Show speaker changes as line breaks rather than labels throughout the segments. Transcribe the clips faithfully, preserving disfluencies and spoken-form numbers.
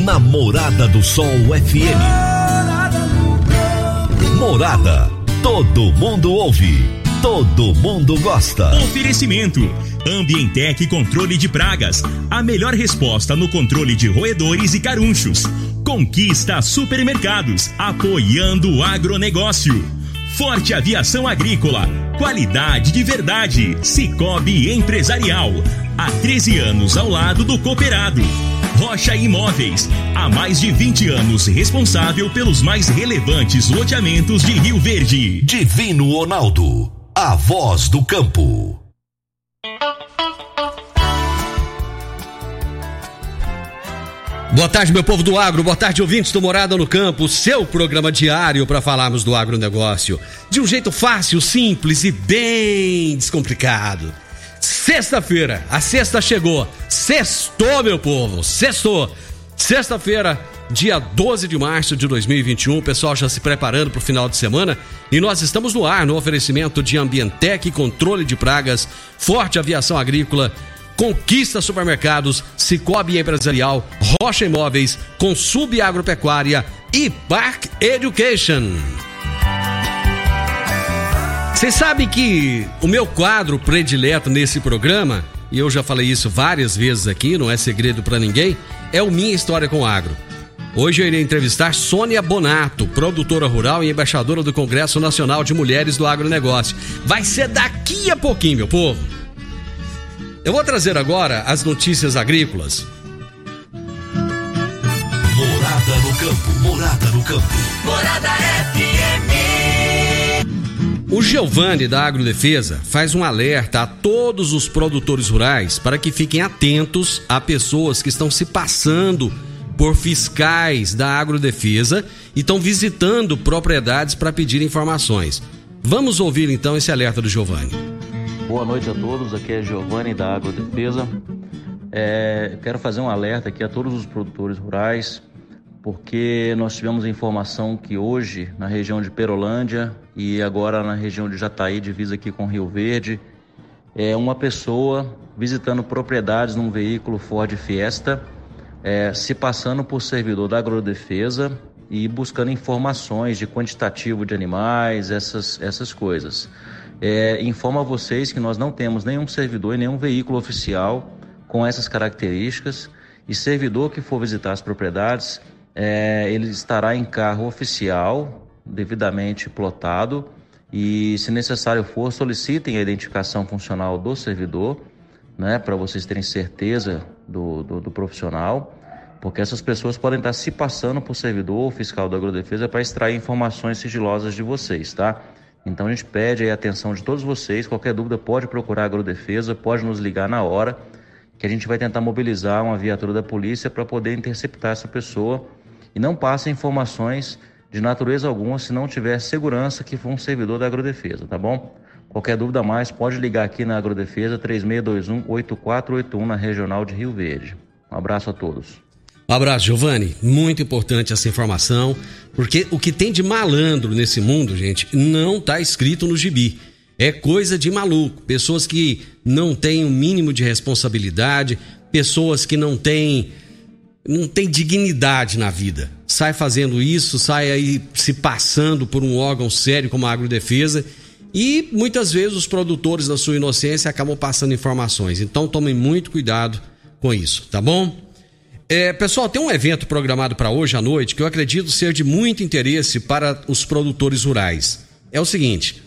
na Morada do Sol F M. Morada, todo mundo ouve, todo mundo gosta.
Oferecimento: Ambientec Controle de Pragas, a melhor resposta no controle de roedores e carunchos. Conquista Supermercados, apoiando o agronegócio. Forte Aviação Agrícola, qualidade de verdade. Cicobi Empresarial, há treze anos ao lado do cooperado. Rocha Imóveis, há mais de vinte anos responsável pelos mais relevantes loteamentos de Rio Verde.
Divino Ronaldo, a voz do campo.
Boa tarde, meu povo do agro, boa tarde, ouvintes do Morada no Campo, seu programa diário para falarmos do agronegócio de um jeito fácil, simples e bem descomplicado. Sexta-feira, a sexta chegou, sextou, meu povo, sextou. Sexta-feira, dia doze de março de dois mil e vinte e um, o pessoal já se preparando para o final de semana e nós estamos no ar no oferecimento de Ambientec, Controle de Pragas, Forte Aviação Agrícola, Conquista Supermercados, Cicobi Empresarial, Rocha Imóveis, Consub Agropecuária e Park Education. Vocês sabem que o meu quadro predileto nesse programa, e eu já falei isso várias vezes aqui, não é segredo para ninguém, é o Minha História com Agro. Hoje eu irei entrevistar Sônia Bonato, produtora rural e embaixadora do Congresso Nacional de Mulheres do Agronegócio. Vai ser daqui a pouquinho, meu povo. Eu vou trazer agora as notícias agrícolas.
Morada no campo, Morada no campo.
Morada F M.
O Giovanni da Agrodefesa faz um alerta a todos os produtores rurais para que fiquem atentos a pessoas que estão se passando por fiscais da Agrodefesa e estão visitando propriedades para pedir informações. Vamos ouvir então esse alerta do Giovanni.
Boa noite a todos, aqui é Giovanni da Agrodefesa. É, quero fazer um alerta aqui a todos os produtores rurais, porque nós tivemos a informação que hoje, na região de Perolândia e agora na região de Jataí, divisa aqui com Rio Verde, é uma pessoa visitando propriedades num veículo Ford Fiesta, é, se passando por servidor da Agrodefesa e buscando informações de quantitativo de animais, essas, essas coisas. É, informo a vocês que nós não temos nenhum servidor e nenhum veículo oficial com essas características, e servidor que for visitar as propriedades, é, ele estará em carro oficial, devidamente plotado, e se necessário for, solicitem a identificação funcional do servidor, né, para vocês terem certeza do, do, do profissional, porque essas pessoas podem estar se passando por servidor ou fiscal da Agrodefesa para extrair informações sigilosas de vocês, tá? Então a gente pede aí a atenção de todos vocês. Qualquer dúvida pode procurar a Agrodefesa, pode nos ligar na hora, que a gente vai tentar mobilizar uma viatura da polícia para poder interceptar essa pessoa, e não passe informações de natureza alguma se não tiver segurança que for um servidor da Agrodefesa, tá bom? Qualquer dúvida a mais, pode ligar aqui na Agrodefesa três seis dois um, oito quatro oito um na Regional de Rio Verde. Um abraço a todos.
Um abraço, Giovanni. Muito importante essa informação, porque o que tem de malandro nesse mundo, gente, não está escrito no gibi. É coisa de maluco. Pessoas que não têm o mínimo de responsabilidade, pessoas que não têm, não têm dignidade na vida. Sai fazendo isso, sai aí se passando por um órgão sério como a Agrodefesa, e muitas vezes os produtores, na sua inocência, acabam passando informações. Então tomem muito cuidado com isso, tá bom? É, pessoal, tem um evento programado para hoje à noite que eu acredito ser de muito interesse para os produtores rurais. É o seguinte,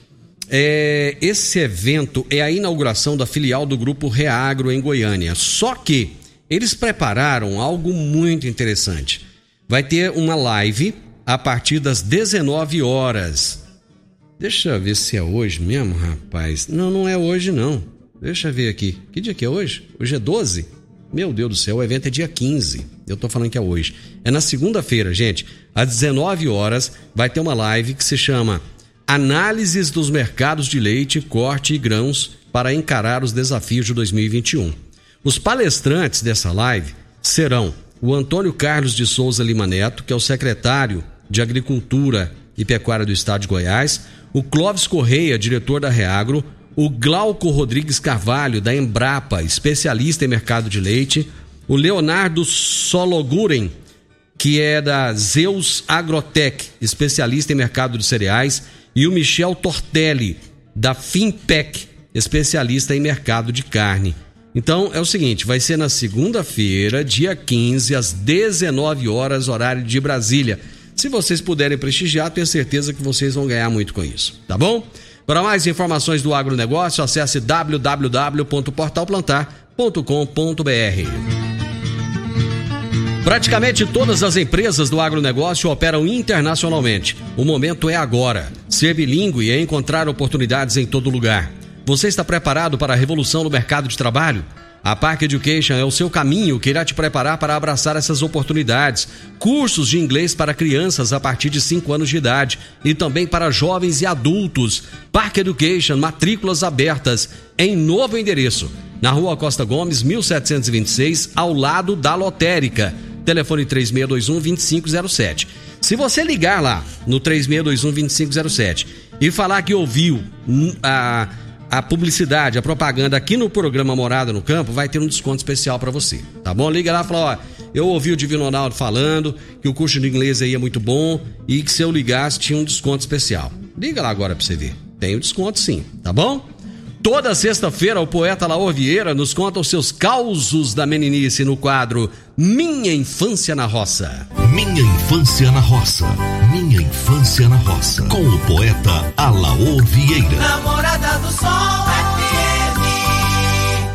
é, esse evento é a inauguração da filial do Grupo Reagro em Goiânia. Só que eles prepararam algo muito interessante. Vai ter uma live a partir das dezenove horas. Deixa eu ver se é hoje mesmo, rapaz. Não, não é hoje não. Deixa eu ver aqui. Que dia que é hoje? Hoje é doze? Meu Deus do céu, o evento é dia quinze. Eu tô falando que é hoje. É na segunda-feira, gente. Às dezenove horas vai ter uma live que se chama Análises dos Mercados de Leite, Corte e Grãos para encarar os desafios de dois mil e vinte e um. Os palestrantes dessa live serão o Antônio Carlos de Souza Lima Neto, que é o secretário de Agricultura e Pecuária do Estado de Goiás, o Clóvis Correia, diretor da Reagro, o Glauco Rodrigues Carvalho, da Embrapa, especialista em mercado de leite, o Leonardo Sologuren, que é da Zeus Agrotech, especialista em mercado de cereais, e o Michel Tortelli, da Finpec, especialista em mercado de carne. Então é o seguinte, vai ser na segunda-feira, dia quinze, às dezenove horas, horário de Brasília. Se vocês puderem prestigiar, tenho certeza que vocês vão ganhar muito com isso, tá bom? Para mais informações do agronegócio, acesse w w w ponto portal plantar ponto com ponto b r. Praticamente todas as empresas do agronegócio operam internacionalmente. O momento é agora. Ser bilíngue é encontrar oportunidades em todo lugar. Você está preparado para a revolução no mercado de trabalho? A Park Education é o seu caminho que irá te preparar para abraçar essas oportunidades. Cursos de inglês para crianças a partir de cinco anos de idade e também para jovens e adultos. Park Education, matrículas abertas em novo endereço, na Rua Costa Gomes, mil setecentos e vinte e seis, ao lado da lotérica. Telefone três seis dois um, dois cinco zero sete. Se você ligar lá no três seis dois um, dois cinco zero sete e falar que ouviu a, a publicidade, a propaganda aqui no programa Morada no Campo, vai ter um desconto especial para você, tá bom? Liga lá e fala, ó, eu ouvi o Divino Ronaldo falando que o curso de inglês aí é muito bom e que se eu ligasse tinha um desconto especial. Liga lá agora para você ver. Tem um desconto sim, tá bom? Toda sexta-feira, o poeta Laor Vieira nos conta os seus causos da meninice no quadro Minha Infância na Roça.
Minha Infância na Roça. Minha Infância na Roça. Com o poeta Alaor Vieira.
Namorada do Sol F M.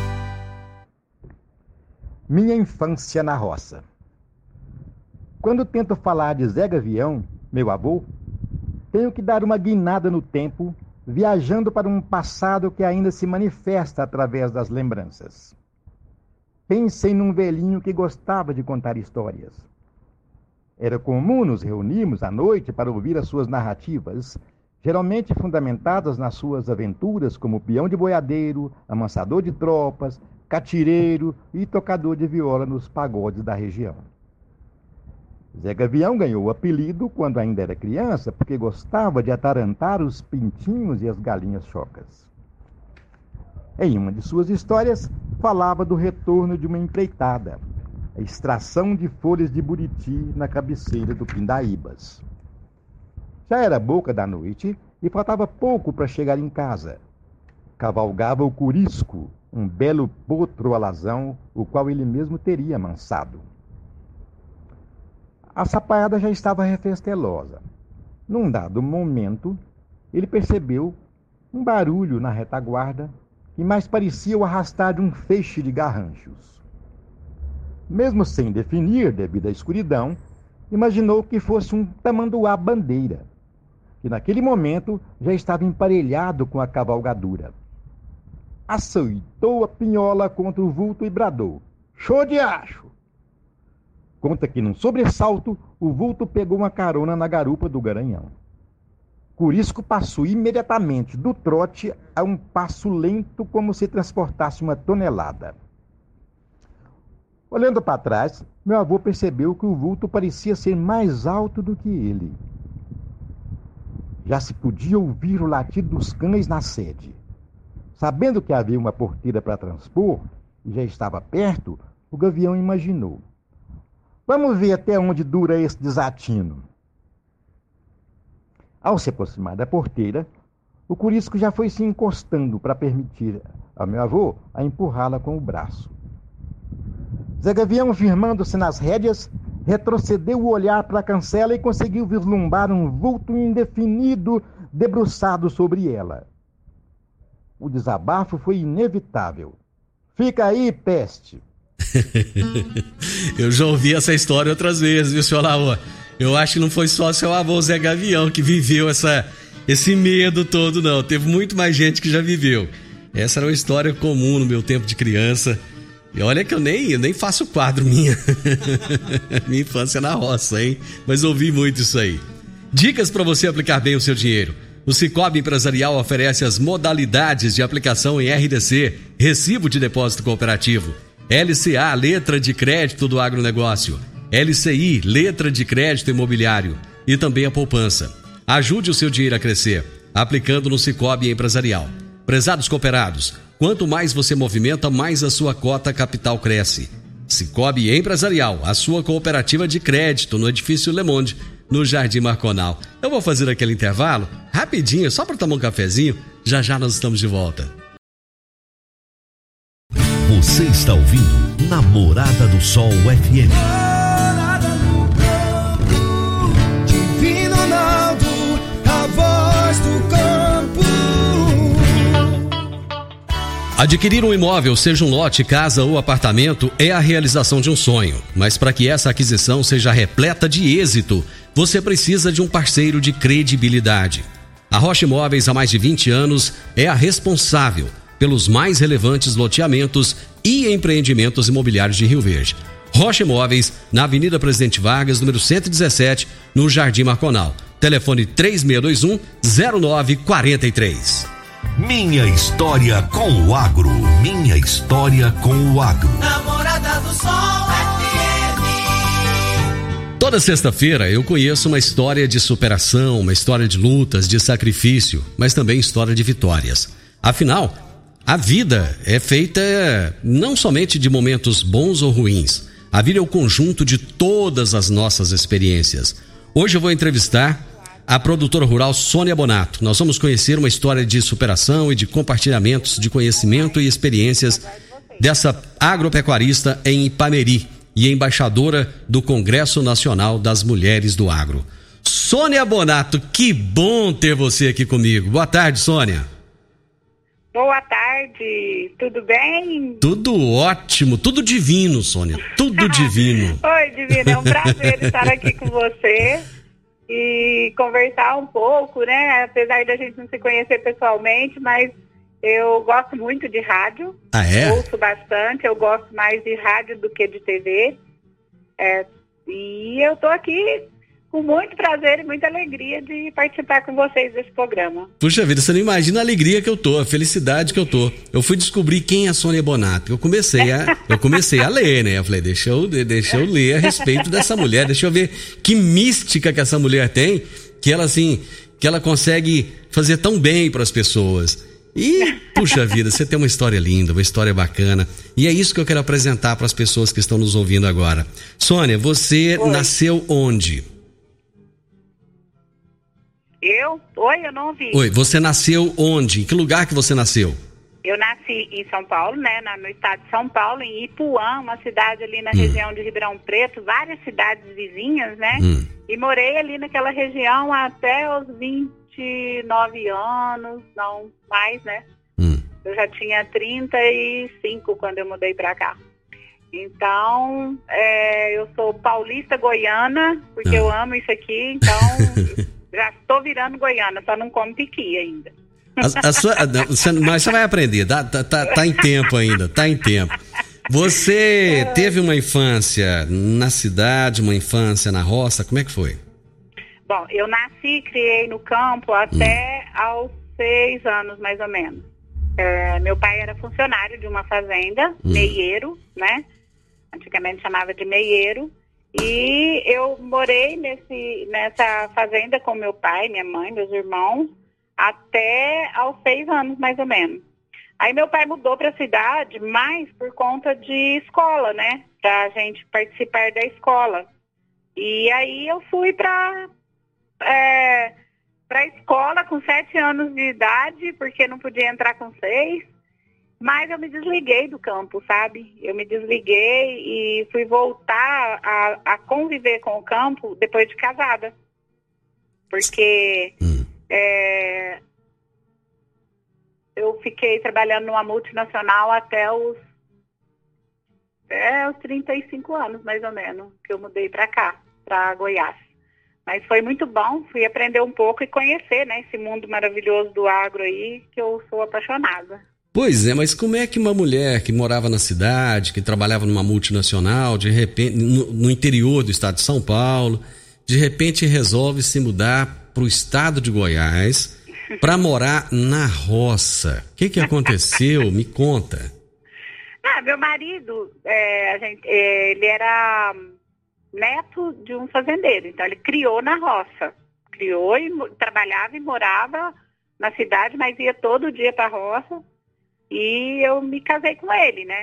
Minha Infância na Roça. Quando tento falar de Zé Gavião, meu avô, tenho que dar uma guinada no tempo, viajando para um passado que ainda se manifesta através das lembranças. Pensei num velhinho que gostava de contar histórias. Era comum nos reunirmos à noite para ouvir as suas narrativas, geralmente fundamentadas nas suas aventuras como peão de boiadeiro, amansador de tropas, catireiro e tocador de viola nos pagodes da região. Zé Gavião ganhou o apelido quando ainda era criança, porque gostava de atarantar os pintinhos e as galinhas chocas. Em uma de suas histórias, falava do retorno de uma empreitada, a extração de folhas de buriti na cabeceira do Pindaíbas. Já era boca da noite e faltava pouco para chegar em casa. Cavalgava o Curisco, um belo potro alazão, o qual ele mesmo teria amansado. A sapaiada já estava refestelosa. Num dado momento, ele percebeu um barulho na retaguarda que mais parecia o arrastar de um feixe de garranchos. Mesmo sem definir, devido à escuridão, imaginou que fosse um tamanduá-bandeira, que naquele momento já estava emparelhado com a cavalgadura. Açoitou a pinhola contra o vulto e bradou: "Show de acho!" Conta que, num sobressalto, o vulto pegou uma carona na garupa do garanhão. Curisco passou imediatamente do trote a um passo lento, como se transportasse uma tonelada. Olhando para trás, meu avô percebeu que o vulto parecia ser mais alto do que ele. Já se podia ouvir o latido dos cães na sede. Sabendo que havia uma porteira para transpor, e já estava perto, o Gavião imaginou: "Vamos ver até onde dura esse desatino." Ao se aproximar da porteira, o Curisco já foi se encostando para permitir ao meu avô a empurrá-la com o braço. Zé Gavião, firmando-se nas rédeas, retrocedeu o olhar para a cancela e conseguiu vislumbrar um vulto indefinido debruçado sobre ela. O desabafo foi inevitável. "Fica aí, peste!"
Eu já ouvi essa história outras vezes, viu, senhor Laor? Eu acho que não foi só seu avô Zé Gavião que viveu essa, esse medo todo, não. Teve muito mais gente que já viveu. Essa era uma história comum no meu tempo de criança. E olha que eu nem, eu nem faço quadro minha. Minha infância na roça, hein? Mas ouvi muito isso aí. Dicas para você aplicar bem o seu dinheiro. O Cicobi Empresarial oferece as modalidades de aplicação em R D C, Recibo de Depósito Cooperativo, L C A, Letra de Crédito do Agronegócio, L C I, Letra de Crédito Imobiliário e também a poupança. Ajude o seu dinheiro a crescer, aplicando no Cicobi Empresarial. Prezados cooperados, quanto mais você movimenta, mais a sua cota capital cresce. Cicobi Empresarial, a sua cooperativa de crédito no edifício Le Monde, no Jardim Marconal. Eu vou fazer aquele intervalo rapidinho, só para tomar um cafezinho. Já já nós estamos de volta.
Você está ouvindo Namorada do Sol F M.
Divino Ronaldo, a voz do campo.
Adquirir um imóvel, seja um lote, casa ou apartamento, é a realização de um sonho. Mas para que essa aquisição seja repleta de êxito, você precisa de um parceiro de credibilidade. A Rocha Imóveis, há mais de vinte anos, é a responsável pelos mais relevantes loteamentos e empreendimentos imobiliários de Rio Verde. Rocha Imóveis, na Avenida Presidente Vargas, número cento e dezessete, no Jardim Marconal. Telefone três seis dois um, zero nove quatro três.
Minha história com o agro. Minha história com o agro.
Namorada do Sol F M.
Toda sexta-feira eu conheço uma história de superação, uma história de lutas, de sacrifício, mas também história de vitórias. Afinal, a vida é feita não somente de momentos bons ou ruins. A vida é o conjunto de todas as nossas experiências. Hoje eu vou entrevistar a produtora rural Sônia Bonato. Nós vamos conhecer uma história de superação e de compartilhamentos de conhecimento e experiências dessa agropecuarista em Ipameri e embaixadora do Congresso Nacional das Mulheres do Agro. Sônia Bonato, que bom ter você aqui comigo. Boa tarde, Sônia.
Boa tarde, tudo bem?
Tudo ótimo, tudo divino, Sônia, tudo divino.
Oi, Divino, é um prazer estar aqui com você e conversar um pouco, né? Apesar de a gente não se conhecer pessoalmente, mas eu gosto muito de rádio.
Ah, é?
Ouço bastante, eu gosto mais de rádio do que de T V. É, e eu tô aqui com muito prazer e muita alegria de participar com vocês desse programa.
Puxa vida, você não imagina a alegria que eu tô, a felicidade que eu tô. Eu fui descobrir quem é a Sônia Bonato. Eu comecei a, eu comecei a ler, né? Eu falei, deixa eu, deixa eu ler a respeito dessa mulher, deixa eu ver que mística que essa mulher tem, que ela assim, que ela consegue fazer tão bem para as pessoas. E, puxa vida, você tem uma história linda, uma história bacana. E é isso que eu quero apresentar para as pessoas que estão nos ouvindo agora. Sônia, você
Oi.
nasceu onde?
Eu? Oi, eu não ouvi.
Oi, você nasceu onde? Em que lugar que você nasceu?
Eu nasci em São Paulo, né, na- no estado de São Paulo, em Ipuã, uma cidade ali na
Hum.
região de Ribeirão Preto, várias cidades vizinhas, né?
Hum.
E morei ali naquela região até os vinte e nove anos, não mais, né?
Hum.
Eu já tinha trinta e cinco quando eu mudei pra cá. Então, é, eu sou paulista goiana, porque
Ah.
eu amo isso aqui, então já estou virando goiana, só não como piqui ainda.
A, a sua, a- não, você, mas você vai aprender, tá, tá, tá, tá em tempo ainda, tá em tempo. Você teve uma infância na cidade, uma infância na roça, como é que foi?
Bom, eu nasci e criei no campo até aos seis anos, mais ou menos. É, meu pai era funcionário de uma fazenda, meieiro, né? Antigamente chamava de meieiro. E eu morei nesse, nessa fazenda com meu pai, minha mãe, meus irmãos, até aos seis anos, mais ou menos. Aí meu pai mudou para a cidade, mais por conta de escola, né? Pra gente participar da escola. E aí eu fui para é, para escola com sete anos de idade, porque não podia entrar com seis. Mas eu me desliguei do campo, sabe? Eu me desliguei e fui voltar a, a conviver com o campo depois de casada. Porque
Hum.
é, eu fiquei trabalhando numa multinacional até os, até os trinta e cinco anos, mais ou menos, que eu mudei para cá, para Goiás. Mas foi muito bom, fui aprender um pouco e conhecer, né, esse mundo maravilhoso do agro aí, que eu sou apaixonada.
Pois é, mas como é que uma mulher que morava na cidade, que trabalhava numa multinacional, de repente, no, no interior do estado de São Paulo, de repente resolve se mudar para o estado de Goiás para morar na roça? O que que aconteceu? Me conta.
Ah, meu marido, é, a gente, é, ele era neto de um fazendeiro, então ele criou na roça. Criou e mo- trabalhava e morava na cidade, mas ia todo dia para a roça. E eu me casei com ele, né?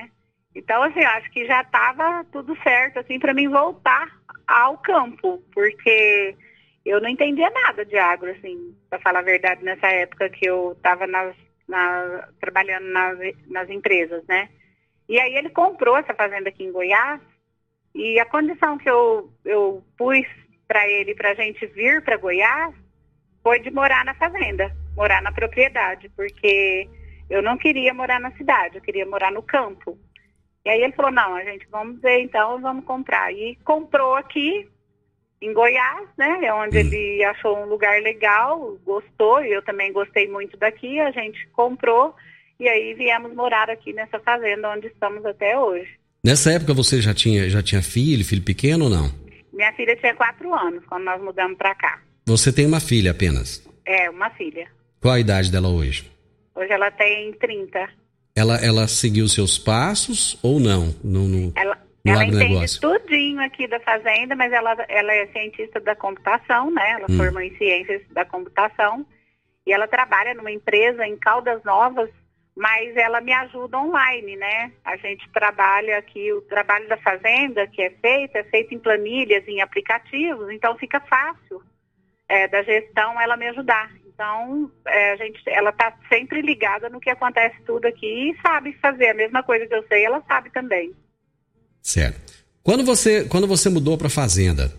Então, assim, eu acho que já estava tudo certo, assim, para mim voltar ao campo, porque eu não entendia nada de agro, assim, para falar a verdade, nessa época que eu estava nas, na, trabalhando nas, nas empresas, né? E aí ele comprou essa fazenda aqui em Goiás, e a condição que eu, eu pus para ele, para a gente vir para Goiás, foi de morar na fazenda, morar na propriedade, porque eu não queria morar na cidade, eu queria morar no campo. E aí ele falou, não, a gente vamos ver então, vamos comprar. E comprou aqui em Goiás, né, é onde ele achou um lugar legal, gostou, e eu também gostei muito daqui, a gente comprou e aí viemos morar aqui nessa fazenda onde estamos até hoje.
Nessa época você já tinha, já tinha filho, filho pequeno ou não?
Minha filha tinha quatro anos quando nós mudamos para cá.
Você tem uma filha apenas?
É, uma filha.
Qual a idade dela hoje?
Hoje ela tem trinta.
Ela, ela seguiu seus passos ou não? No, no,
ela
no
ela entende
agronegócio?
tudinho aqui da fazenda, mas ela, ela é cientista da computação, né? Ela
Hum.
formou em ciências da computação e ela trabalha numa empresa em Caldas Novas, mas ela me ajuda online, né? A gente trabalha aqui, o trabalho da fazenda que é feito, é feito em planilhas, em aplicativos, então fica fácil é, da gestão ela me ajudar. Então, é, a gente, ela está sempre ligada no que acontece tudo aqui e sabe fazer a mesma coisa que eu sei, ela sabe também.
Certo. Quando você, quando você mudou para a fazenda,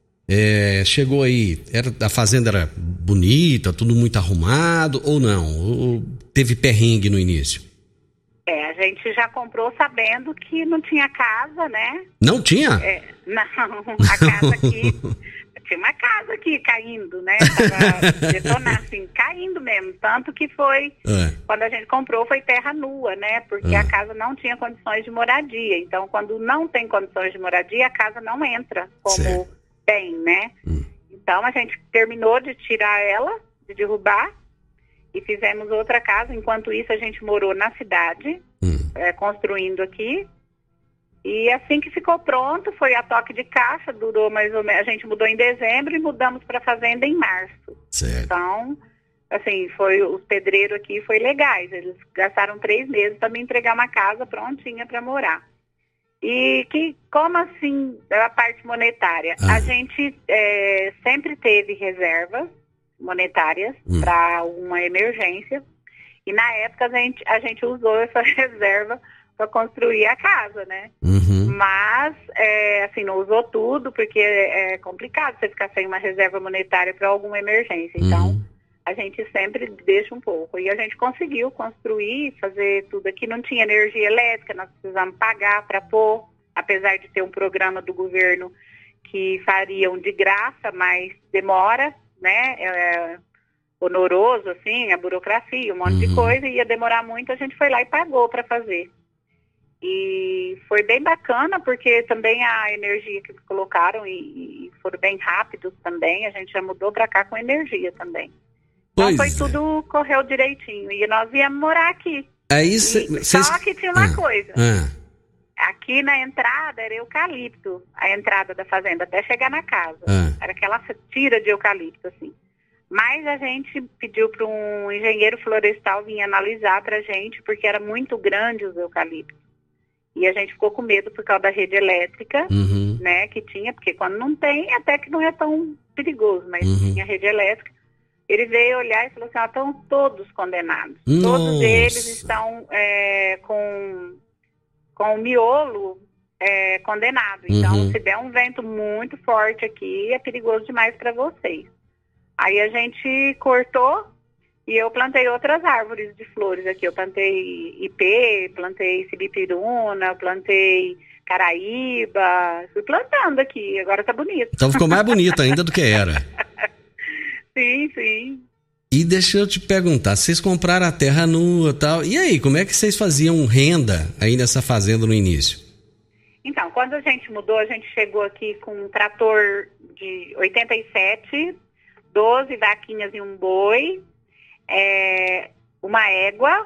é, chegou aí, era, a fazenda era bonita, tudo muito arrumado ou não? Ou teve perrengue no início?
É, a gente já comprou sabendo que não tinha casa, né?
Não tinha?
É, não, a casa aqui... Tinha uma casa aqui caindo, né? Tava detonando, assim, caindo mesmo. Tanto que foi, é. quando a gente comprou, foi terra nua, né? Porque é. a casa não tinha condições de moradia. Então, quando não tem condições de moradia, a casa não entra como certo. tem, né? Hum. Então, a gente terminou de tirar ela, de derrubar, e fizemos outra casa. Enquanto isso, a gente morou na cidade, hum. é, construindo aqui. E assim que ficou pronto, foi a toque de caixa, durou mais ou menos, a gente mudou em dezembro e mudamos para a fazenda em março.
Certo.
Então, assim, foi, os pedreiros aqui foi legais, eles gastaram três meses para me entregar uma casa prontinha para morar. E que, como assim, a parte monetária, ah. a gente é, sempre teve reservas monetárias hum. para uma emergência, e na época a gente, a gente usou essa reserva para construir a casa, né?
Uhum.
Mas, é, assim, não usou tudo, porque é complicado você ficar sem uma reserva monetária para alguma emergência.
Uhum.
Então, a gente sempre deixa um pouco. E a gente conseguiu construir, fazer tudo aqui. Não tinha energia elétrica, nós precisamos pagar para pôr, apesar de ter um programa do governo que fariam de graça, mas demora, né? É onoroso, assim, a burocracia, um monte uhum. de coisa, e ia demorar muito, a gente foi lá e pagou para fazer. E foi bem bacana, porque também a energia que colocaram e, e foram bem rápidos também, a gente já mudou para cá com energia também. Então pois foi é. tudo, correu direitinho. E nós viemos morar aqui.
Aí cê,
e,
cês...
Só que tinha uma ah, coisa.
Ah.
Aqui na entrada era eucalipto, a entrada da fazenda, até chegar na casa.
Ah.
Era aquela tira de eucalipto, assim. Mas a gente pediu para um engenheiro florestal vir analisar para a gente, porque era muito grande os eucaliptos. E a gente ficou com medo por causa da rede elétrica,
uhum.
né, que tinha, porque quando não tem, até que não é tão perigoso, mas
uhum.
tinha rede elétrica. Ele veio olhar e falou assim, ó, estão todos condenados.
Nossa.
Todos eles estão é, com, com o miolo é, condenado. Então,
uhum.
se der um vento muito forte aqui, é perigoso demais para vocês. Aí a gente cortou e eu plantei outras árvores de flores aqui. Eu plantei ipê, plantei sibipiruna, plantei caraíba. Fui plantando aqui, agora tá bonito.
Então ficou mais bonito ainda do que era.
Sim, sim.
E deixa eu te perguntar, vocês compraram a terra nua e tal, e aí, como é que vocês faziam renda aí nessa fazenda no início?
Então, quando a gente mudou, a gente chegou aqui com um trator de oitenta e sete, doze vaquinhas e um boi, é, uma égua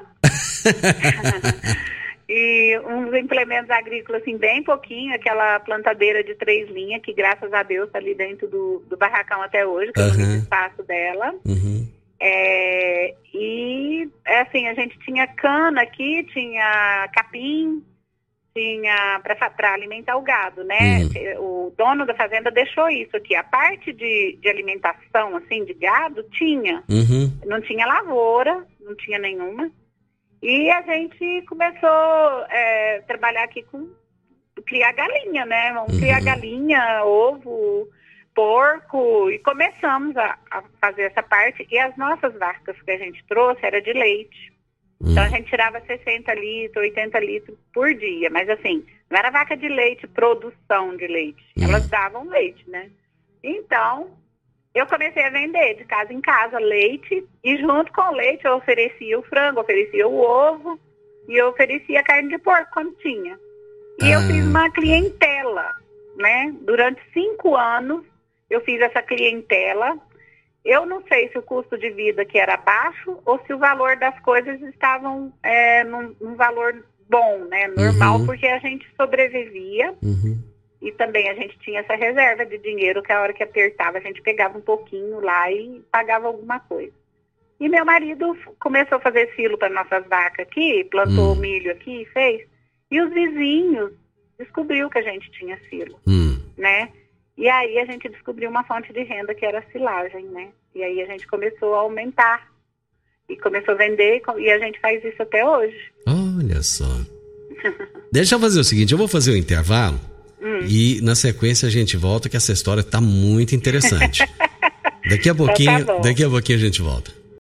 e uns implementos agrícolas assim, bem pouquinho, aquela plantadeira de três linhas que graças a Deus está ali dentro do, do barracão até hoje, que uhum. é o único espaço dela.
Uhum.
É, e assim, a gente tinha cana aqui, tinha capim, tinha para alimentar o gado, né? Hum. O dono da fazenda deixou isso aqui. A parte de, de alimentação, assim, de gado, tinha.
Uhum.
Não tinha lavoura, não tinha nenhuma. E a gente começou a é, trabalhar aqui com criar galinha, né? Vamos uhum. criar galinha, ovo, porco. E começamos a, a fazer essa parte. E as nossas vacas que a gente trouxe era de leite. Então a gente tirava sessenta litros, oitenta litros por dia, mas assim, não era vaca de leite, produção de leite, elas davam leite, né? Então, eu comecei a vender de casa em casa leite, e junto com o leite eu oferecia o frango, oferecia o ovo, e eu oferecia carne de porco quando tinha. E eu fiz uma clientela, né? Durante cinco anos eu fiz essa clientela. Eu não sei se o custo de vida que era baixo ou se o valor das coisas estavam é, num, num valor bom, né? Normal, uhum. porque a gente sobrevivia
uhum.
e também a gente tinha essa reserva de dinheiro que a hora que apertava a gente pegava um pouquinho lá e pagava alguma coisa. E meu marido começou a fazer silo para nossas vacas aqui, plantou
uhum.
milho aqui e fez. E os vizinhos descobriu que a gente tinha silo,
uhum.
né? E aí a gente descobriu uma fonte de renda que era a silagem, né? E aí a gente começou a aumentar. E começou a vender, e a gente faz isso até hoje.
Olha só. Deixa eu fazer o seguinte, eu vou fazer o intervalo hum. e na sequência a gente volta, que essa história tá muito interessante. Daqui a pouquinho,
então tá
daqui a pouquinho a gente volta.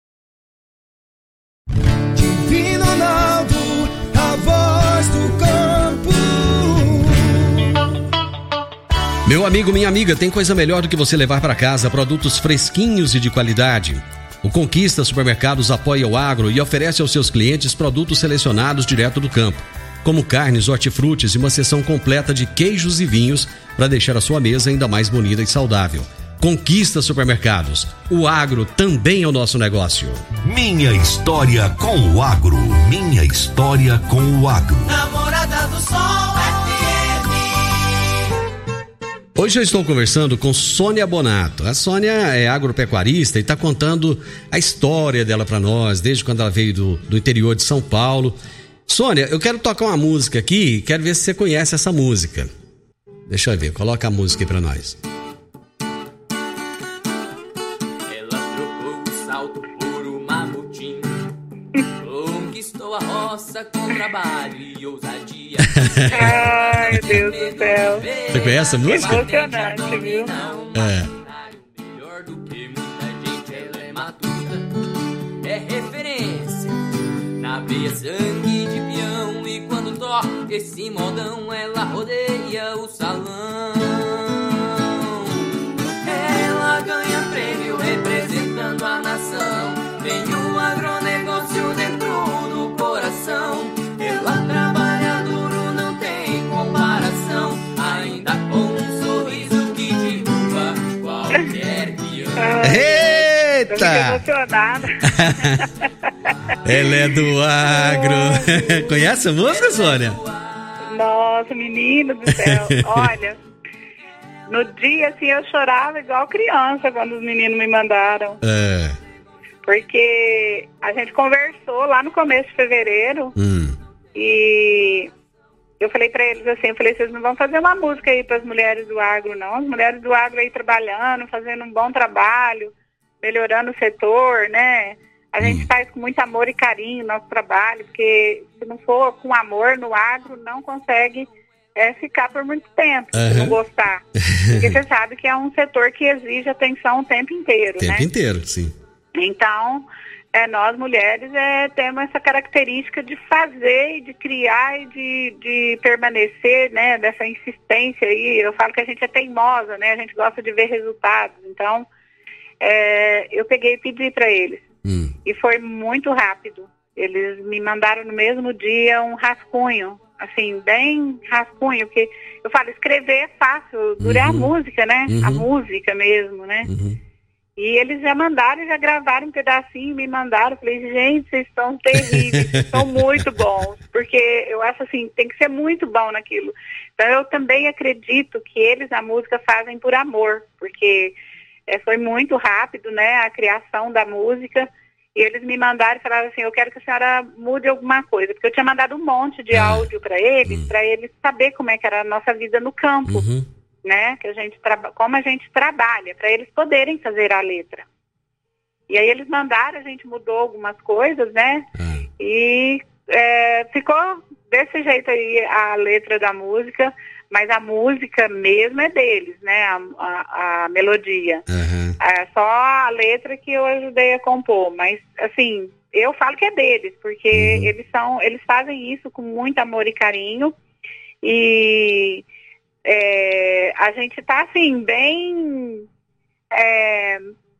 Divino Ronaldo, a voz do campo.
Meu amigo, minha amiga, tem coisa melhor do que você levar para casa produtos fresquinhos e de qualidade. O Conquista Supermercados apoia o agro e oferece aos seus clientes produtos selecionados direto do campo, como carnes, hortifrutis e uma seção completa de queijos e vinhos para deixar a sua mesa ainda mais bonita e saudável. Conquista Supermercados. O agro também é o nosso negócio.
Minha história com o agro. Minha história com o agro.
Namorada do Sol F M.
Hoje eu estou conversando com Sônia Bonato. A Sônia é agropecuarista e está contando a história dela para nós, desde quando ela veio do, do interior de São Paulo. Sônia, eu quero tocar uma música aqui, quero ver se você conhece essa música. Deixa eu ver, coloca a música aí para nós.
Ela trocou o salto por uma mutim, conquistou a roça com trabalho e ousadia.
Ai, Deus do céu.
Você conhece a música?
Emocionante, viu?
É.
Melhor do que muita gente, ela é matuta, é referência na veia, sangue de peão. E quando toca esse modão, ela rodeia o salão. Ela ganha prêmio representando a nação. Tem um agronegócio dentro do coração. Ela trabalha duro, não tem comparação. Ainda com um sorriso que derruba qualquer peão.
Eita!
Tô emocionada.
Ela é do agro. Conhece a música, Sônia?
Nossa, menino do céu. Olha, no dia assim eu chorava igual criança quando os meninos me mandaram.
É.
Porque a gente conversou lá no começo de fevereiro.
Hum.
E eu falei pra eles assim, eu falei, vocês não vão fazer uma música aí pras mulheres do agro, não. As mulheres do agro aí trabalhando, fazendo um bom trabalho, melhorando o setor, né? A gente
hum. faz
com muito amor e carinho o nosso trabalho, porque se não for com amor no agro, não consegue é, ficar por muito tempo,
uhum.
se não gostar. Porque você sabe que é um setor que exige atenção o tempo inteiro,
o tempo
né?
inteiro, sim.
Então, é, nós mulheres é, temos essa característica de fazer, de criar e de, de permanecer, né, dessa insistência aí. Eu falo que a gente é teimosa, né, a gente gosta de ver resultados. Então, é, eu peguei e pedi para eles.
Hum.
E foi muito rápido. Eles me mandaram no mesmo dia um rascunho, assim, bem rascunho, porque eu falo, escrever é fácil, dura uhum. a música, né,
uhum.
a música mesmo, né.
Uhum.
E eles já mandaram, já gravaram um pedacinho, me mandaram. Eu falei, gente, vocês são terríveis, vocês são muito bons. Porque eu acho assim, tem que ser muito bom naquilo. Então eu também acredito que eles, a música, fazem por amor. Porque é, foi muito rápido, né, a criação da música. E eles me mandaram e falaram assim, eu quero que a senhora mude alguma coisa, porque eu tinha mandado um monte de
ah.
áudio para eles,
hum.
para eles saber como é que era a nossa vida no campo,
uhum.
né? Que a gente traba- como a gente trabalha, para eles poderem fazer a letra. E aí eles mandaram, a gente mudou algumas coisas, né?
Ah.
E é, ficou desse jeito aí a letra da música, mas a música mesmo é deles, né? A, a, a melodia.
Uhum.
É só a letra que eu ajudei a compor, mas assim, eu falo que é deles, porque
uhum.
eles são, eles fazem isso com muito amor e carinho, e é, a gente tá assim, bem é,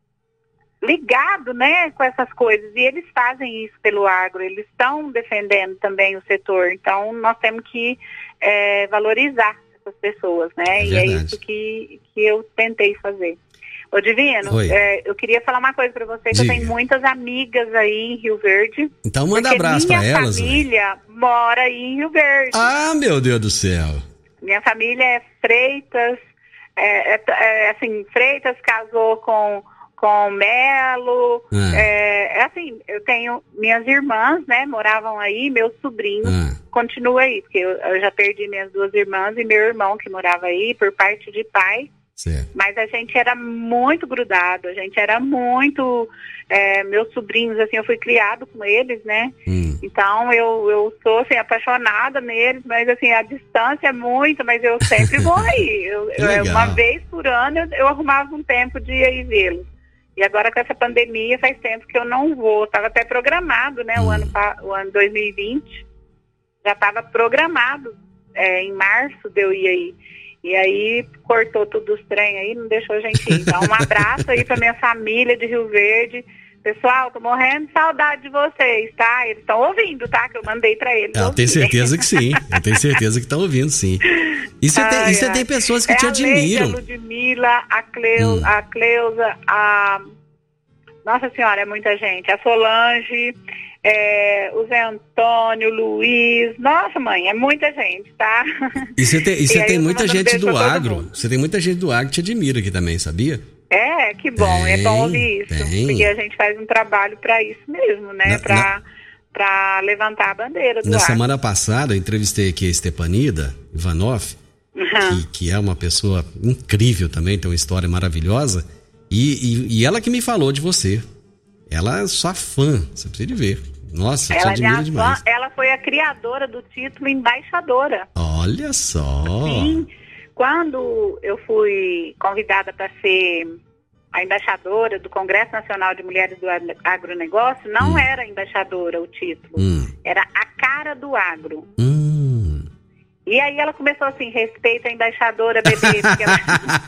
ligado, né, com essas coisas, e eles fazem isso pelo agro, eles estão defendendo também o setor, então nós temos que é, valorizar essas pessoas, né,
é
e é isso que, que eu tentei fazer. Ô Divino, é, eu queria falar uma coisa pra você, que
Diga.
eu tenho muitas amigas aí em Rio Verde.
Então manda abraço pra elas.
Minha família né? mora aí em Rio Verde.
Ah, meu Deus do céu.
Minha família é Freitas, é, é, é, assim, Freitas casou com, com Melo,
ah.
é, é assim, eu tenho minhas irmãs, né, moravam aí, meus sobrinhos
ah.
continuam aí, porque eu, eu já perdi minhas duas irmãs e meu irmão que morava aí, por parte de pai.
Certo.
Mas a gente era muito grudado, a gente era muito, é, meus sobrinhos, assim, eu fui criado com eles, né?
Hum.
Então eu, eu sou, assim, apaixonada neles, mas, assim, a distância é muito, mas eu sempre vou aí. Eu, eu, uma vez por ano eu, eu arrumava um tempo de ir aí vê-los. E agora com essa pandemia faz tempo que eu não vou, estava até programado, né?
Hum.
O, ano, o ano dois mil e vinte já estava programado, é, em março de eu ir aí. E aí cortou tudo os trem aí, não deixou a gente ir. Então um abraço aí pra minha família de Rio Verde. Pessoal, tô morrendo de saudade de vocês, tá? Eles estão ouvindo, tá? Que eu mandei pra eles.
Eu tenho certeza que sim. Eu tenho certeza que estão ouvindo, sim. E você tem, e tem pessoas que
é
te
a
admiram.
Leide, a Ludmilla, a, Cleu,
hum.
a Cleusa, a... Nossa Senhora, é muita gente. A Solange... É, o Zé Antônio, o Luiz, nossa mãe, é muita gente, tá?
E você tem, e você
e
tem muita gente do agro, você tem muita gente do agro que te admira aqui também, sabia?
É, que bom, tem, é bom ouvir isso,
tem.
Porque a gente faz um trabalho para isso mesmo, né, na, pra, na... pra levantar a bandeira do
Na
agro.
semana passada eu entrevistei aqui a Stepanida Ivanoff,
uhum.
que, que é uma pessoa incrível também, tem uma história maravilhosa, e, e, e ela que me falou de você. Ela é sua fã, você precisa de ver. Nossa, eu te admiro demais.
Ela foi a criadora do título embaixadora.
Olha só.
Sim, quando eu fui convidada para ser a embaixadora do Congresso Nacional de Mulheres do Agronegócio, não hum. era embaixadora o título,
hum.
era a cara do agro.
Hum.
E aí ela começou assim, respeita a embaixadora bebê. Ela...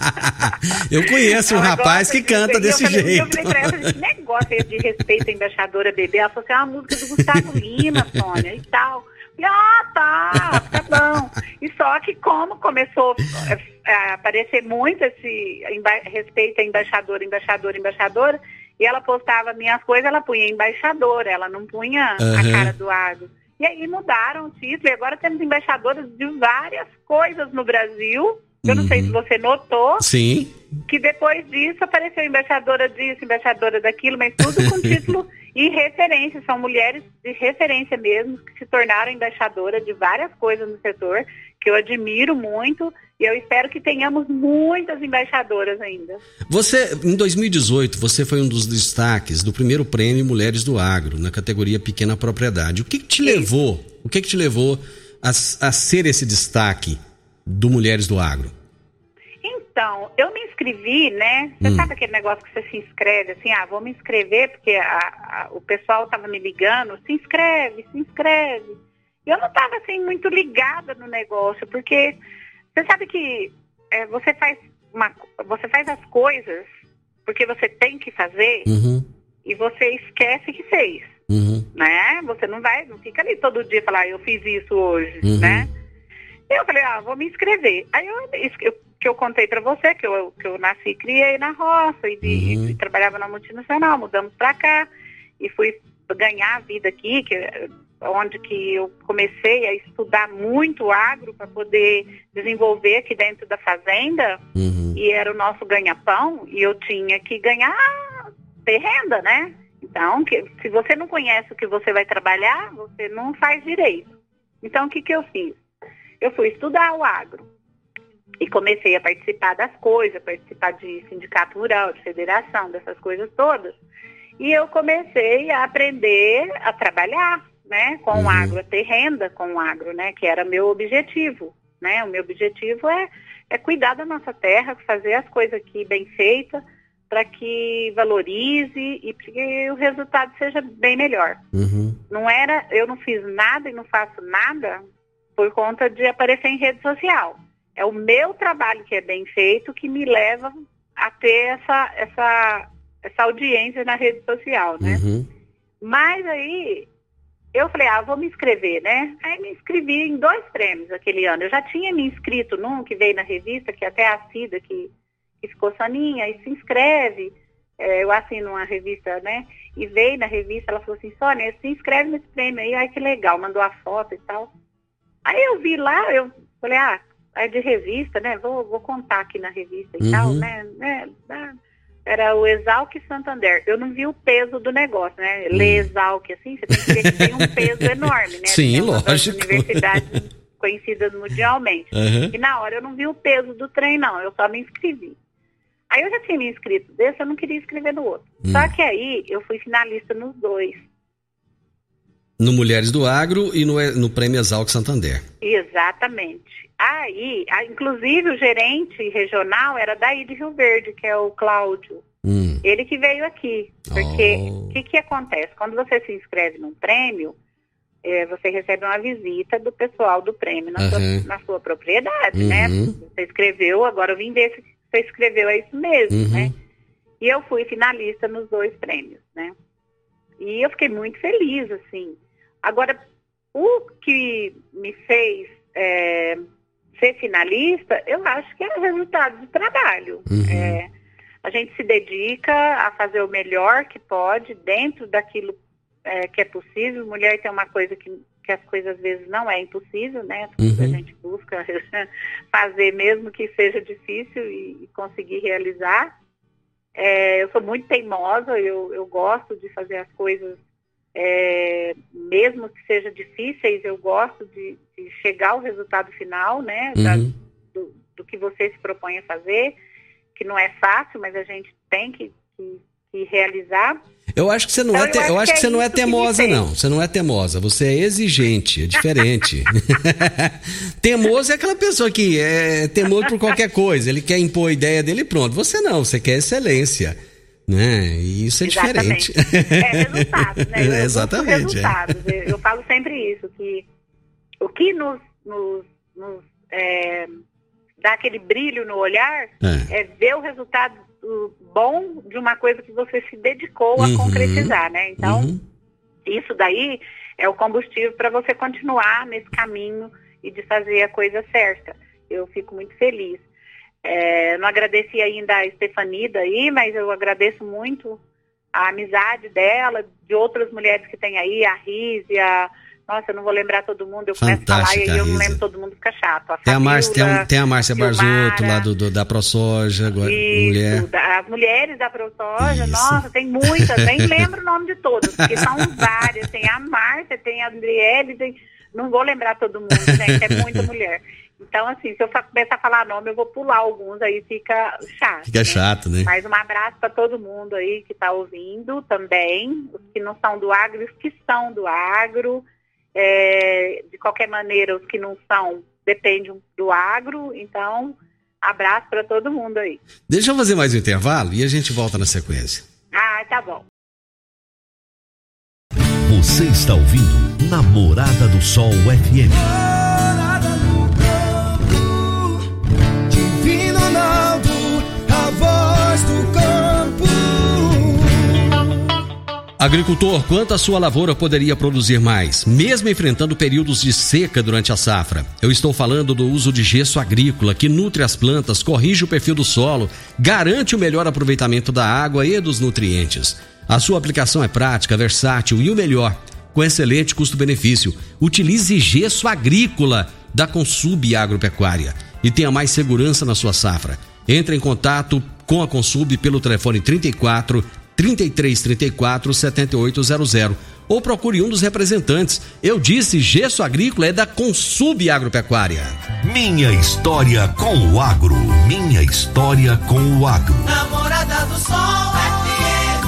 eu conheço um rapaz que canta desse
eu falei,
jeito.
Eu falei pra ela, esse negócio de respeito a embaixadora bebê, ela falou assim, é uma música do Gustavo Lima, Sônia, e tal. E, ah, tá, tá bom. E só que como começou a aparecer muito esse emba- respeito a embaixadora, embaixadora, embaixadora, e ela postava minhas coisas, ela punha embaixadora, ela não punha uhum. a cara do agro. E aí mudaram o título, e agora temos embaixadoras de várias coisas no Brasil. Eu não uhum. sei se você notou.
Sim.
Que depois disso apareceu embaixadora disso, embaixadora daquilo, mas tudo com título e referência. São mulheres de referência mesmo, que se tornaram embaixadoras de várias coisas no setor, que eu admiro muito. E eu espero que tenhamos muitas embaixadoras ainda. Você,
em dois mil e dezoito, você foi um dos destaques do primeiro prêmio Mulheres do Agro, na categoria Pequena Propriedade. O que, que te levou, o que, que te levou a, a ser esse destaque do Mulheres do Agro?
Então, eu me inscrevi, né? Você hum. sabe aquele negócio que você se inscreve, assim, ah, vou me inscrever, porque a, a, o pessoal estava me ligando, se inscreve, se inscreve. E eu não estava, assim, muito ligada no negócio, porque... Você sabe que é, você, faz uma, você faz as coisas porque você tem que fazer
uhum.
e você esquece que fez,
uhum.
né? Você não vai, não fica ali todo dia e falar, eu fiz isso hoje,
uhum.
né? E eu falei, ah, vou me inscrever. Aí eu, isso que eu, que eu contei pra você, que eu, que eu nasci e criei na roça e, de,
uhum.
e trabalhava na multinacional, mudamos pra cá e fui ganhar a vida aqui, que onde que eu comecei a estudar muito agro para poder desenvolver aqui dentro da fazenda,
uhum.
e era o nosso ganha-pão, e eu tinha que ganhar, ter renda, né? Então, que, se você não conhece o que você vai trabalhar, você não faz direito. Então, o que, que eu fiz? Eu fui estudar o agro e comecei a participar das coisas, participar de sindicato rural, de federação, dessas coisas todas. E eu comecei a aprender a trabalhar, né, com o agro, a ter renda com o agro, né, que era meu objetivo, né. O meu objetivo é, é cuidar da nossa terra, fazer as coisas aqui bem feitas, para que valorize e para que o resultado seja bem melhor. Uhum. Não era, eu não fiz nada e não faço nada por conta de aparecer em rede social. É o meu trabalho que é bem feito que me leva a ter essa, essa, essa audiência na rede social, né? Uhum. Mas aí eu falei, ah, vou me inscrever, né? Aí me inscrevi em dois prêmios aquele ano. Eu já tinha me inscrito num que veio na revista, que até a Cida, que, que ficou Soninha, e se inscreve. É, eu assino uma revista, né? E veio na revista, ela falou assim, Sônia, se inscreve nesse prêmio aí. Ai, que legal, mandou a foto e tal. Aí eu vi lá, eu falei, ah, é de revista, né? Vou, vou contar aqui na revista e uhum. tal, né? É, era o Exalc Santander. Eu não vi o peso do negócio, né? Uhum. Ler Exalc, assim, você tem que ver que tem um peso enorme, né?
Sim,
tem
lógico.
Das universidades conhecidas mundialmente. Uhum. E na hora eu não vi o peso do trem, não. Eu só me inscrevi. Aí eu já tinha me inscrito desse, eu não queria inscrever no outro. Uhum. Só que aí eu fui finalista nos dois.
No Mulheres do Agro e no, no Prêmio Exalc Santander. Exatamente.
Aí, inclusive o gerente regional era daí de Rio Verde, que é o Cláudio. Hum. Ele que veio aqui. Porque o oh. que, que acontece? Quando você se inscreve num prêmio, é, você recebe uma visita do pessoal do prêmio na, uhum. sua, na sua propriedade, uhum. né? Você escreveu, agora eu vim ver se você escreveu, é isso mesmo, uhum. né? E eu fui finalista nos dois prêmios, né? E eu fiquei muito feliz, assim. Agora, o que me fez é, ser finalista, eu acho que é o resultado do trabalho. Uhum. É, a gente se dedica a fazer o melhor que pode, dentro daquilo é, que é possível. Mulher tem uma coisa que, que as coisas às vezes não é impossível, né? Uhum. A gente busca fazer mesmo que seja difícil e, e conseguir realizar. É, eu sou muito teimosa, eu, eu gosto de fazer as coisas É, mesmo que sejam difíceis, eu gosto de, de chegar ao resultado final, né, uhum. da, do, do que você se propõe a fazer, que não é fácil, mas a gente tem que, que, que realizar.
Eu acho que você não então, é, te, eu, eu acho que, que você é não é temosa, não. Você não é temosa, você é exigente, é diferente. Temoso é aquela pessoa que é temoso por qualquer coisa, ele quer impor a ideia dele e pronto. Você não, você quer excelência. Né? E isso é
Exatamente.
diferente.
É resultado, né? Eu
é, exatamente.
Resultados. É. Eu falo sempre isso, que o que nos, nos, nos é, dá aquele brilho no olhar é. é ver o resultado bom de uma coisa que você se dedicou a uhum. concretizar, né? Então, uhum. isso daí é o combustível para você continuar nesse caminho e de fazer a coisa certa. Eu fico muito feliz. É, não agradeci ainda a Estefanida aí, mas eu agradeço muito a amizade dela, de outras mulheres que tem aí, a Rízia, nossa, eu não vou lembrar todo mundo, eu começo a falar e aí eu não lembro todo mundo, fica chato. A
tem, a Márcia, tem, a, tem a Márcia Barzotto lá do, do, da ProSoja, agora,
isso,
mulher.
Da, as mulheres da ProSoja, isso. Nossa, tem muitas, nem lembro o nome de todas, porque são várias, tem a Márcia, tem a Andriele, tem, não vou lembrar todo mundo, gente, é muita mulher. Então, assim, se eu começar a falar nome, eu vou pular alguns, aí fica chato.
Fica né? chato, né?
Mas um abraço para todo mundo aí que está ouvindo também, os que não são do agro e os que são do agro. É, de qualquer maneira, os que não são, dependem do agro. Então, abraço para todo mundo aí.
Deixa eu fazer mais um intervalo e a gente volta na sequência.
Ah, tá bom.
Você está ouvindo Namorada do Sol F M.
Agricultor, quanto a sua lavoura poderia produzir mais, mesmo enfrentando períodos de seca durante a safra? Eu estou falando do uso de gesso agrícola, que nutre as plantas, corrige o perfil do solo, garante o melhor aproveitamento da água e dos nutrientes. A sua aplicação é prática, versátil e o melhor, com excelente custo-benefício. Utilize gesso agrícola da Consub Agropecuária e tenha mais segurança na sua safra. Entre em contato com a Consub pelo telefone trinta e quatro, trinta e três, trinta e quatro, setenta e oito zero zero. Ou procure um dos representantes. Eu disse, Gesso Agrícola é da Consub Agropecuária.
Minha história com o agro. Minha história com o agro.
Namorada do Sol F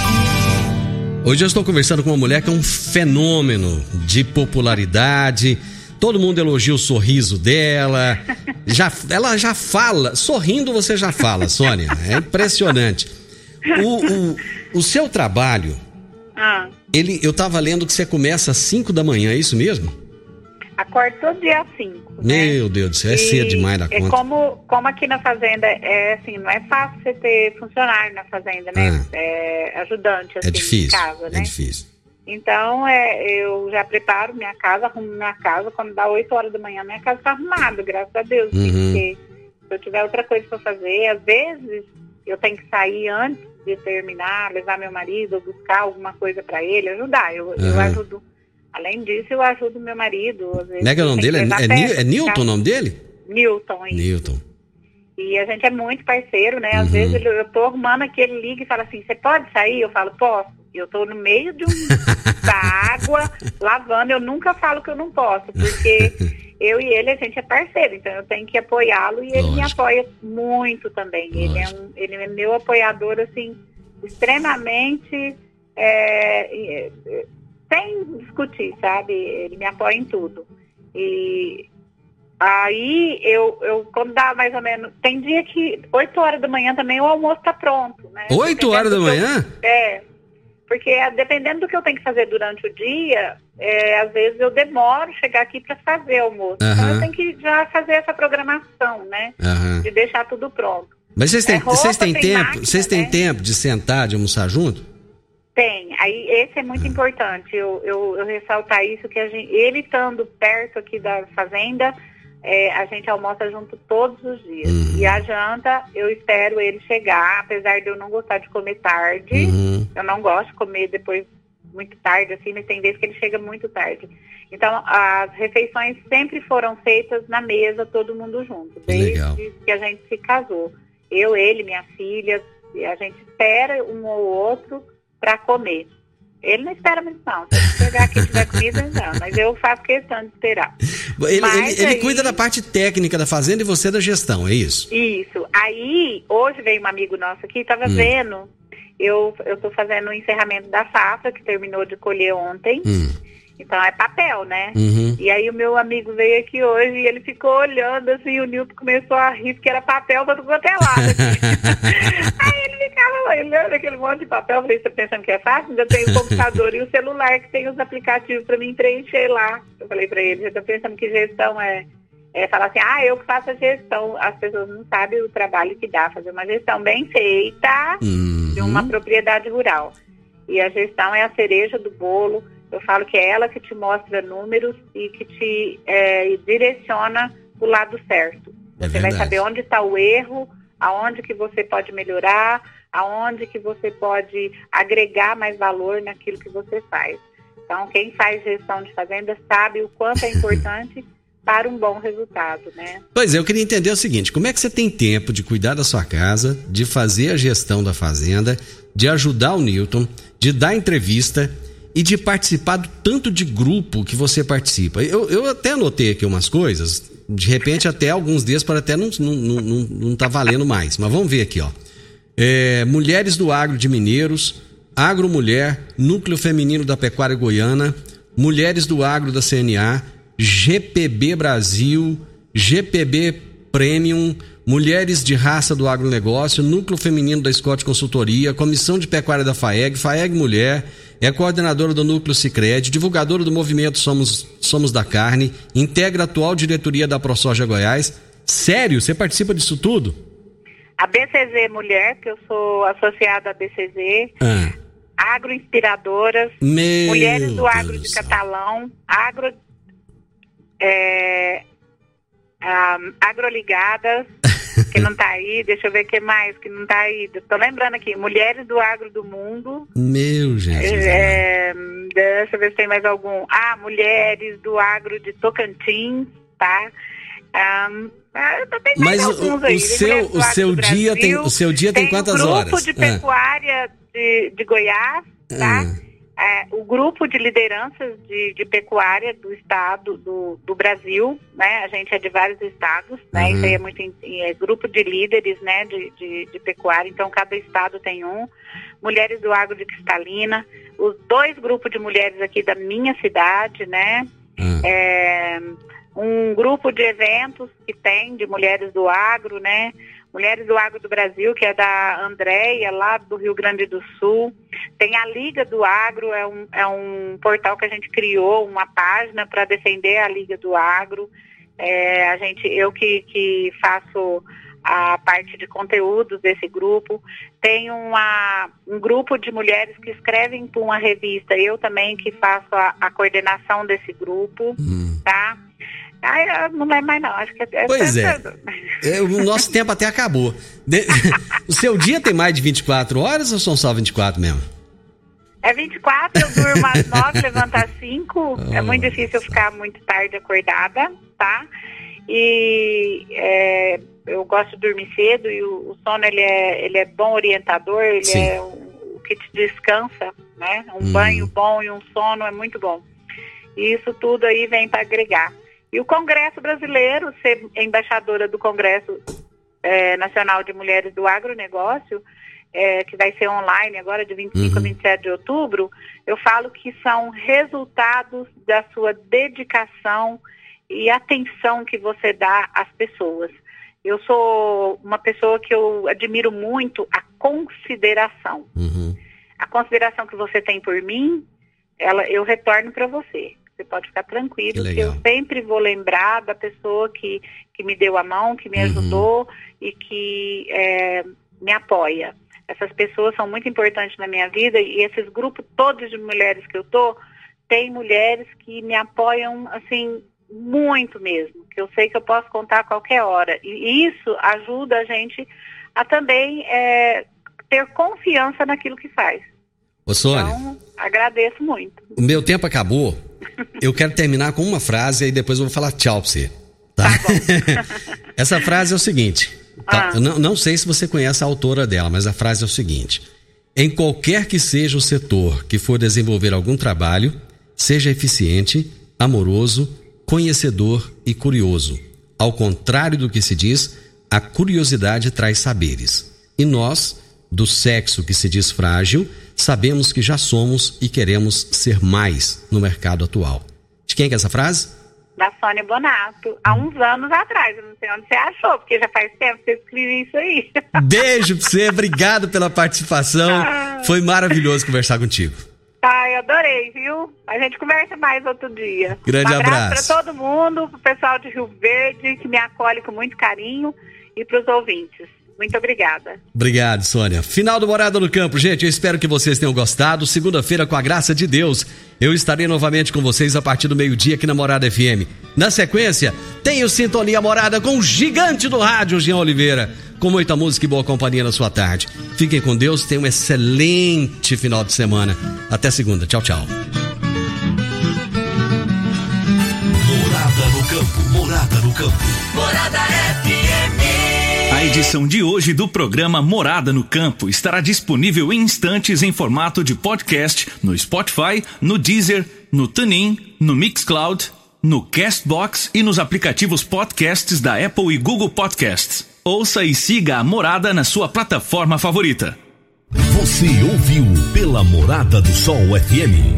M.
Hoje eu estou conversando com uma mulher que é um fenômeno de popularidade. Todo mundo elogia o sorriso dela. Já, ela já fala. Sorrindo você já fala, Sônia. É impressionante. O, o, o seu trabalho...
Ah.
Ele, eu tava lendo que você começa às cinco da manhã, é isso mesmo?
Acordo todo dia às cinco.
Meu né? Deus do céu, é
e
cedo demais da
é
conta.
Como, como aqui na fazenda, é assim, não é fácil você ter funcionário na fazenda, né?
Ah.
É ajudante, assim,
é difícil,
em casa, né?
É difícil.
Então, é, eu já preparo minha casa, arrumo minha casa, quando dá oito horas da manhã, minha casa tá arrumada, graças a Deus.
Uhum.
Porque se eu tiver outra coisa pra fazer, às vezes eu tenho que sair antes de terminar, levar meu marido, buscar alguma coisa para ele, ajudar. Eu, uhum. eu ajudo. Além disso, eu ajudo meu marido. Às vezes,
Como é que é o nome dele? É, é, perto, é Nilton o nome dele?
Nilton. Isso.
Nilton.
E a gente é muito parceiro, né? Às
uhum.
vezes ele, eu tô arrumando aqui, ele liga e fala assim, você pode sair? Eu falo, posso. Eu tô no meio de um, da água, lavando. Eu nunca falo que eu não posso, porque eu e ele, a gente é parceiro. Então eu tenho que apoiá-lo e ele
Lógico.
me apoia muito também. Ele é, um, ele é meu apoiador, assim, extremamente, é, é, sem discutir, sabe? Ele me apoia em tudo. E aí, eu, eu quando dá mais ou menos... Tem dia que oito horas da manhã também o almoço tá pronto, né?
oito horas da manhã?
Eu, é, porque dependendo do que eu tenho que fazer durante o dia, é, às vezes eu demoro chegar aqui para fazer almoço. Uhum. Então eu tenho que já fazer essa programação, né? Uhum. De deixar tudo pronto.
Mas vocês têm, é, roupa, vocês têm tempo? Máquina, vocês têm né? tempo de sentar, de almoçar junto?
Tem. Aí esse é muito importante. Eu, eu, eu ressaltar isso, que a gente, ele estando perto aqui da fazenda, é, a gente almoça junto todos os dias. Uhum. E a janta, eu espero ele chegar, apesar de eu não gostar de comer tarde. Uhum. Eu não gosto de comer depois muito tarde, assim, mas tem vezes que ele chega muito tarde. Então, as refeições sempre foram feitas na mesa, todo mundo junto, desde Legal. que a gente se casou. Eu, ele, minha filha, a gente espera um ou outro para comer. Ele não espera muito não, se chegar aqui e tiver comida, não, mas eu faço questão de esperar.
Ele, ele,
aí,
ele cuida da parte técnica da fazenda e você da gestão, é isso?
Isso. Aí, hoje veio um amigo nosso aqui, estava hum. vendo, eu eu tô fazendo o encerramento da safra, que terminou de colher ontem. Hum. Então é papel, né? Uhum. E aí o meu amigo veio aqui hoje e ele ficou olhando assim, o Nilton começou a rir, porque era papel pra tudo quanto é lado. Aí ele ficava olhando aquele monte de papel, eu falei, você tá pensando que é fácil? Ainda tem o computador e o celular que tem os aplicativos pra mim preencher lá. Eu falei pra ele, você tá pensando que gestão é, é falar assim, ah, eu que faço a gestão. As pessoas não sabem o trabalho que dá, fazer uma gestão bem feita uhum. de uma propriedade rural. E a gestão é a cereja do bolo. Eu falo que é ela que te mostra números e que te é, direciona para o lado certo.
É
você
verdade.
vai saber onde está o erro, aonde que você pode melhorar, aonde que você pode agregar mais valor naquilo que você faz. Então, quem faz gestão de fazenda sabe o quanto é importante para um bom resultado, né?
Pois é, eu queria entender o seguinte, como é que você tem tempo de cuidar da sua casa, de fazer a gestão da fazenda, de ajudar o Nilton, de dar entrevista e de participar do tanto de grupo que você participa? Eu, eu até anotei aqui umas coisas, de repente até alguns dias para até não, não, não, não tá valendo mais, mas vamos ver aqui, ó. É, Mulheres do Agro de Mineiros, Agro Mulher, Núcleo Feminino da Pecuária Goiana, Mulheres do Agro da C N A, G P B Brasil, G P B Premium, Mulheres de Raça do Agronegócio, Núcleo Feminino da Scott Consultoria, Comissão de Pecuária da FAEG, FAEG Mulher, é coordenadora do Núcleo Sicredi, divulgadora do movimento Somos, Somos da Carne, integra a atual diretoria da ProSoja Goiás. Sério? Você participa disso tudo?
A B C Z Mulher, que eu sou associada à B C Z, ah. Agroinspiradoras,
Meu
Mulheres do
Deus
Agro de Catalão, Agro, é, um, Agroligadas, que não tá aí, deixa eu ver o que mais que não tá aí. Tô lembrando aqui, Mulheres do Agro do Mundo.
Meu Jesus.
É, deixa eu ver se tem mais algum. Ah, Mulheres do Agro de Tocantins, tá? Um,
Mas o, o seu, o seu dia tem, o seu dia tem, tem quantas
um grupo
horas?
de pecuária, ah. de, de Goiás, tá?
Hum.
É, o grupo de lideranças de, de pecuária do estado, do, do Brasil, né? A gente é de vários estados, né?
Uhum.
Isso aí é muito, é grupo de líderes, né? De, de, de pecuária, então cada estado tem um. Mulheres do Agro de Cristalina, os dois grupos de mulheres aqui da minha cidade, né? Uhum. É, um grupo de eventos que tem de mulheres do agro, né? Mulheres do Agro do Brasil, que é da Andréia, lá do Rio Grande do Sul. Tem a Liga do Agro, é um, é um portal que a gente criou, uma página para defender a Liga do Agro. É, a gente, eu que, que faço a parte de conteúdos desse grupo. Tem uma, um grupo de mulheres que escrevem para uma revista, eu também que faço a, a coordenação desse grupo, hum. tá? Ah, eu não lembro mais não, acho que é...
Pois é, é o nosso tempo até acabou. De... O seu dia tem mais de vinte e quatro horas ou são só vinte e quatro mesmo?
É vinte e quatro, eu durmo às nove, levanto às cinco, oh. É muito difícil eu ficar muito tarde acordada, tá? E é, eu gosto de dormir cedo e o, o sono ele é, ele é bom orientador, ele Sim. é o, o que te descansa, né? Um hum. banho bom e um sono é muito bom. E isso tudo aí vem para agregar. E o Congresso Brasileiro, ser embaixadora do Congresso é, Nacional de Mulheres do Agronegócio, é, que vai ser online agora de vinte e cinco uhum. a vinte e sete de outubro, eu falo que são resultados da sua dedicação e atenção que você dá às pessoas. Eu sou uma pessoa que eu admiro muito a consideração. Uhum. A consideração que você tem por mim, ela, eu retorno para você. Você pode ficar tranquilo, que, que eu sempre vou lembrar da pessoa que, que me deu a mão, que me uhum. ajudou e que é, me apoia. Essas pessoas são muito importantes na minha vida e esses grupos todos de mulheres que eu tô, tem mulheres que me apoiam, assim, muito mesmo, que eu sei que eu posso contar a qualquer hora. E isso ajuda a gente a também é, ter confiança naquilo que faz.
Ô, Sônia,
então, agradeço muito.
O meu tempo acabou. Eu quero terminar com uma frase e depois eu vou falar tchau pra você. Tá?
Tá bom.
Essa frase é o seguinte. Tá? Ah. Eu não, não sei se você conhece a autora dela, mas a frase é o seguinte. Em qualquer que seja o setor que for desenvolver algum trabalho, seja eficiente, amoroso, conhecedor e curioso. Ao contrário do que se diz, a curiosidade traz saberes. E nós, do sexo que se diz frágil, sabemos que já somos e queremos ser mais no mercado atual. De quem que é essa frase?
Da Sônia Bonato, há uns anos atrás. Eu não sei onde você achou, porque já faz tempo que você escreveu isso aí.
Beijo pra você, obrigado pela participação. Foi maravilhoso conversar contigo.
Ah, eu adorei, viu? A gente conversa mais outro dia.
Grande
um abraço.
abraço
para todo mundo, pro pessoal de Rio Verde, que me acolhe com muito carinho, e pros ouvintes. Muito obrigada.
Obrigado, Sônia. Final do Morada no Campo. Gente, eu espero que vocês tenham gostado. Segunda-feira, com a graça de Deus, eu estarei novamente com vocês a partir do meio-dia aqui na Morada F M. Na sequência, tenho Sintonia Morada com o gigante do rádio, Jean Oliveira, com muita música e boa companhia na sua tarde. Fiquem com Deus, tenham um excelente final de semana. Até segunda. Tchau, tchau.
Morada no Campo. Morada no Campo.
Morada F M.
A edição de hoje do programa Morada no Campo estará disponível em instantes em formato de podcast no Spotify, no Deezer, no TuneIn, no Mixcloud, no Castbox e nos aplicativos podcasts da Apple e Google Podcasts. Ouça e siga a Morada na sua plataforma favorita.
Você ouviu pela Morada do Sol F M.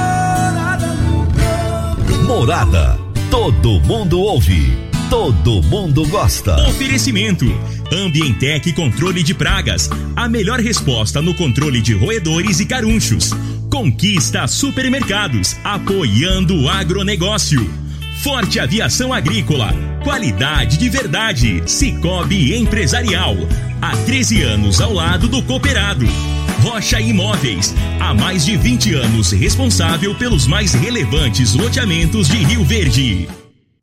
Morada. Todo mundo ouve. Todo mundo gosta.
Oferecimento: Ambientec Controle de Pragas, a melhor resposta no controle de roedores e carunchos. Conquista Supermercados, apoiando o agronegócio. Forte Aviação Agrícola, qualidade de verdade. Cicobi Empresarial, há treze anos ao lado do cooperado. Rocha Imóveis, há mais de vinte anos responsável pelos mais relevantes loteamentos de Rio Verde.